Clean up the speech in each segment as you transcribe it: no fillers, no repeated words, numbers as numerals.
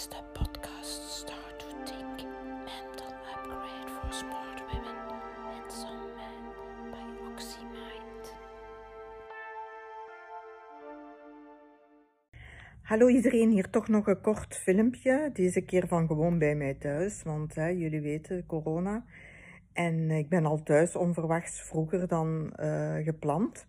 is de podcast Start to Think Mental Upgrade for Smart Women and Some Men by OxyMind. Hallo iedereen, hier toch nog een kort filmpje. Deze keer van gewoon bij mij thuis, want jullie weten, corona. En ik ben al thuis onverwachts vroeger dan gepland.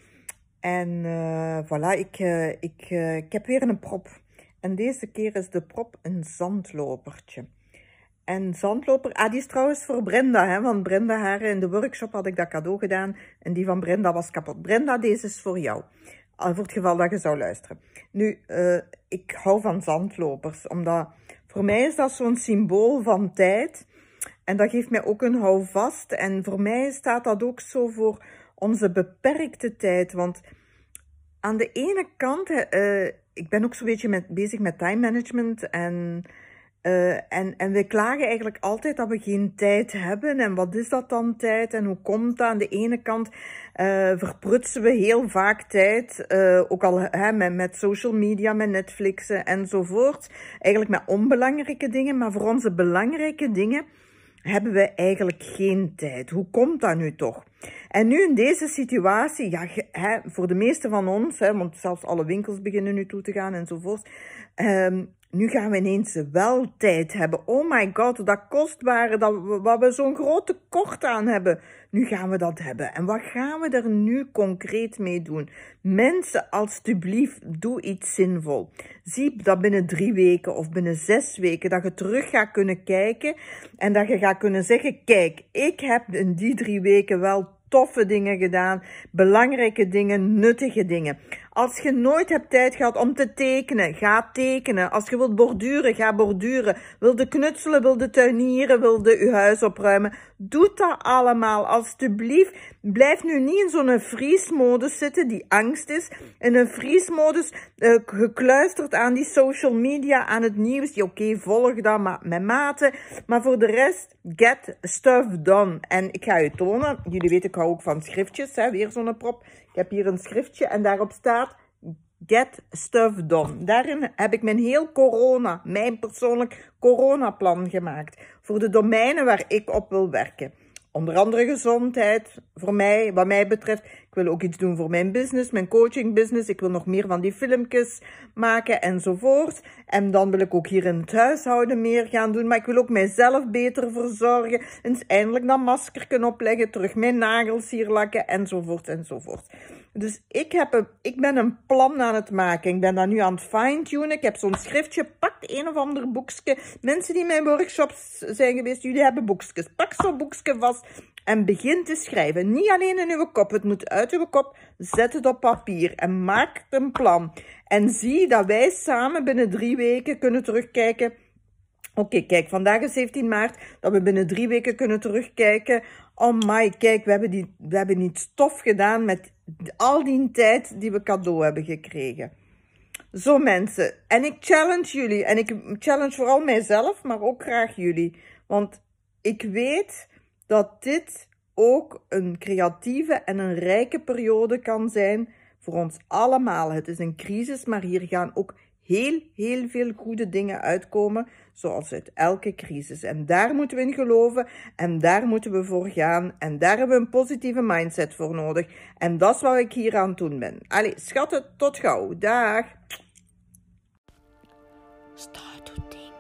En voilà, ik heb weer een prop. En deze keer is de prop een zandlopertje. En zandloper, die is trouwens voor Brenda, hè, want Brenda haar in de workshop had ik dat cadeau gedaan. En die van Brenda was kapot. Brenda, deze is voor jou. Voor het geval dat je zou luisteren. Nu, ik hou van zandlopers, omdat voor mij is dat zo'n symbool van tijd. En dat geeft mij ook een houvast. En voor mij staat dat ook zo voor onze beperkte tijd. Want aan de ene kant, ik ben ook zo'n beetje bezig met time management. En we klagen eigenlijk altijd dat we geen tijd hebben. En wat is dat dan tijd? En hoe komt dat? Aan de ene kant verprutsen we heel vaak tijd. Ook al met social media, met Netflixen enzovoort. Eigenlijk met onbelangrijke dingen. Maar voor onze belangrijke dingen hebben we eigenlijk geen tijd. Hoe komt dat nu toch? En nu in deze situatie, ja, voor de meeste van ons, want zelfs alle winkels beginnen nu toe te gaan enzovoort. Nu gaan we ineens wel tijd hebben. Oh my god, dat kostbare, waar we zo'n groot tekort aan hebben. Nu gaan we dat hebben. En wat gaan we er nu concreet mee doen? Mensen, alstublieft, doe iets zinvol. Zie dat binnen 3 weken of binnen 6 weken, dat je terug gaat kunnen kijken. En dat je gaat kunnen zeggen, kijk, ik heb in die 3 weken wel toffe dingen gedaan, belangrijke dingen, nuttige dingen. Als je nooit hebt tijd gehad om te tekenen, ga tekenen. Als je wilt borduren, ga borduren. Wilde knutselen, wilde tuinieren, wilde je huis opruimen. Doe dat allemaal, alstublieft. Blijf nu niet in zo'n vriesmodus zitten, die angst is. In een vriesmodus, gekluisterd aan die social media, aan het nieuws. Oké, volg dat maar met mate. Maar voor de rest, get stuff done. En ik ga je tonen, jullie weten, ik hou ook van schriftjes, weer zo'n prop. Ik heb hier een schriftje en daarop staat get stuff done. Daarin heb ik mijn persoonlijk coronaplan gemaakt. Voor de domeinen waar ik op wil werken. Onder andere gezondheid, voor mij, wat mij betreft. Ik wil ook iets doen voor mijn business, mijn coaching business. Ik wil nog meer van die filmpjes maken enzovoort. En dan wil ik ook hier in het huishouden meer gaan doen. Maar ik wil ook mijzelf beter verzorgen. En eindelijk dat maskerken opleggen, terug mijn nagels hier lakken enzovoort enzovoort. Dus ik ben een plan aan het maken. Ik ben dat nu aan het fine-tunen. Ik heb zo'n schriftje. Pak een of ander boekje. Mensen die in mijn workshops zijn geweest, jullie hebben boekjes. Pak zo'n boekje vast en begin te schrijven. Niet alleen in uw kop. Het moet uit uw kop. Zet het op papier en maak een plan. En zie dat wij samen binnen 3 weken kunnen terugkijken. Oké, kijk, vandaag is 17 maart, dat we binnen 3 weken kunnen terugkijken. Oh my, kijk, we hebben iets tof gedaan met al die tijd die we cadeau hebben gekregen. Zo mensen, en ik challenge jullie, en ik challenge vooral mijzelf, maar ook graag jullie. Want ik weet dat dit ook een creatieve en een rijke periode kan zijn voor ons allemaal. Het is een crisis, maar hier gaan ook heel veel goede dingen uitkomen, zoals uit elke crisis. En daar moeten we in geloven en daar moeten we voor gaan. En daar hebben we een positieve mindset voor nodig. En dat is wat ik hier aan het doen ben. Allee, schatten, tot gauw. Dag! Start to Think